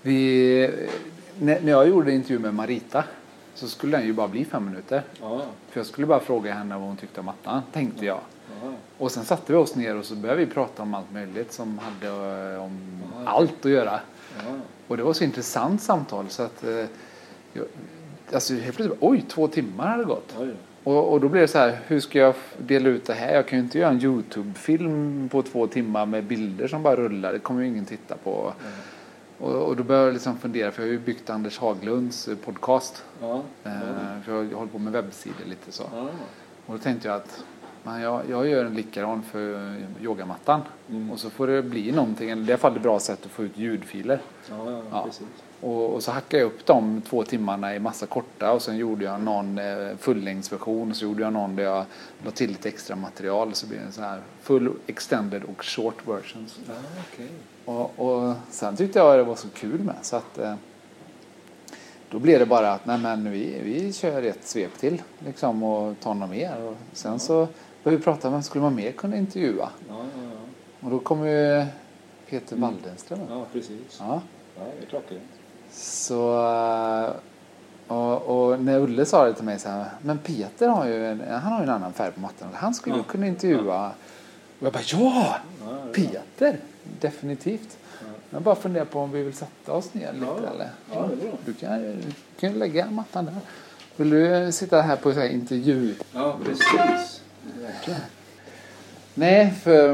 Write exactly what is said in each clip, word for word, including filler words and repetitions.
Vi, när, när jag gjorde intervju med Marita så skulle den ju bara bli fem minuter. Ja. För jag skulle bara fråga henne vad hon tyckte om mattan, tänkte jag. Ja. Och sen satte vi oss ner och så började vi prata om allt möjligt som hade eh, om Ja. allt att göra. Ja. Och det var så intressant samtal så att eh, jag, alltså helt plötsligt, oj, två timmar hade gått. Oj. Och, och då blir det så här, hur ska jag dela ut det här? Jag kan ju inte göra en YouTube-film på två timmar med bilder som bara rullar. Det kommer ju ingen titta på. Mm. Och, och då börjar jag liksom fundera, för jag har ju byggt Anders Haglunds podcast. Ja. Eh, för jag håller på med webbsidor lite så. Ja. Och då tänkte jag att man, jag, jag gör en likadan för yogamattan. Mm. Och så får det bli någonting, eller i alla fall ett bra sätt att få ut ljudfiler. Ja, ja, Ja. precis. Och, och så hackade jag upp de två timmarna i massa korta och sen gjorde jag någon eh, fullängdsversion och så gjorde jag någon där jag la till lite extra material så blir det en sån här full extended och short versions. Ja, okej. Och, och sen tyckte jag det var så kul med så att eh, då blev det bara att nej men vi, vi kör ett svep till liksom och tar något mer och sen Ja. så började vi prata om vem skulle man mer kunna intervjua Ja, ja, ja. och då kom ju Peter Mm. Waldenström. Ja, precis. Ja. Ja, det är klockrent. Så och, och när Ulle sa det till mig så här, men Peter har ju en, han har ju en annan färg på mattan. Han skulle Ja. kunna intervjua. Och jag bara ja, Ja, det är Peter, definitivt. Ja. Jag bara funderar på om vi vill sätta oss ner lite Ja. eller. Ja, det är bra. Du kan du kan ju lägga mattan där. Vill du sitta här på så här intervju? Ja, precis. Verkligen. Nej, för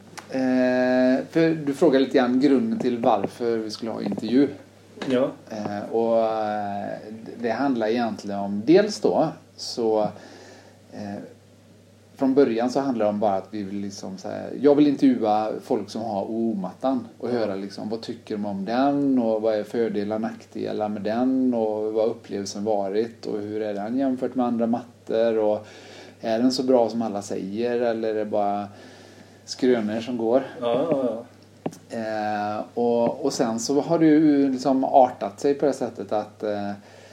eh, för du frågar lite grann grunden till varför vi skulle ha intervju. Ja. Eh, och eh, det handlar egentligen om dels då så eh, från början så handlar det om bara att vi vill liksom så här, jag vill intervjua folk som har O O-mattan och Ja. höra liksom vad tycker de om den och vad är fördelar och nackdelar med den och vad upplevelsen varit och hur är den jämfört med andra mattor och är den så bra som alla säger eller är det bara skrönor som går. Ja, ja, ja. Eh, och, och sen så har det ju liksom artat sig på det sättet att, eh,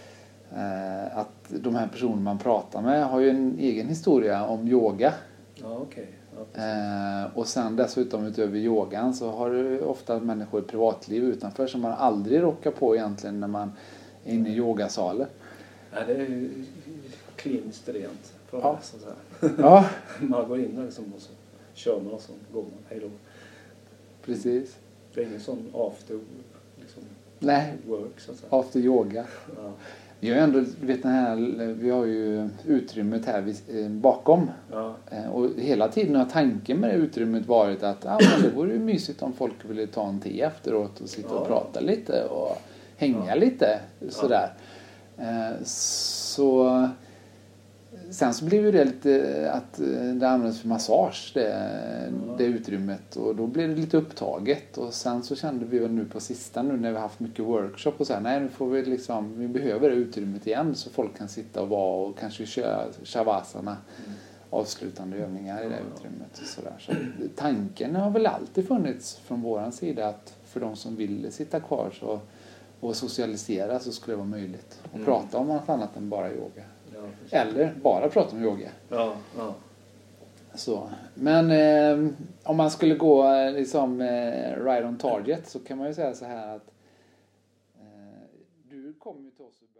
eh, att de här personerna man pratar med har ju en egen historia om yoga. Ja, okej. Ja, precis. Eh, och sen dessutom utöver yogan så har du ofta människor i privatliv utanför som man aldrig råkar på egentligen när man är inne i yogasalen. Ja, det är ju kliniskt rent. För Ja. så här. Ja, Man går in där liksom och så kör man och så går man. Hej då. precis. Det är ingen sån after liksom, Nej, work så att säga. after yoga. Ja. Vi har ju ändå, du vet den här, vi har ju utrymmet här vid, eh, bakom. Ja. Eh, Och hela tiden har tanken med det utrymmet varit att ah, men det vore ju mysigt om folk ville ta en te efteråt och sitta och Ja. prata lite och hänga Ja. lite sådär. Eh, Så sen så blev ju det lite att eh, det används för massage det, det utrymmet och då blev det lite upptaget och sen så kände vi väl nu på sista nu när vi har haft mycket workshop och så här, nej nu får vi liksom, vi behöver det utrymmet igen så folk kan sitta och vara och kanske köra shavasana Mm. avslutande övningar i det utrymmet och sådär. Så tanken har väl alltid funnits från våran sida att för de som vill sitta kvar så, och socialisera så skulle det vara möjligt att Mm. prata om något annat än bara yoga. Ja, precis. Eller bara prata om yoga. Ja, ja. Så. Men eh, om man skulle gå eh, liksom eh, right on target så kan man ju säga så här att eh, du kommer ju till oss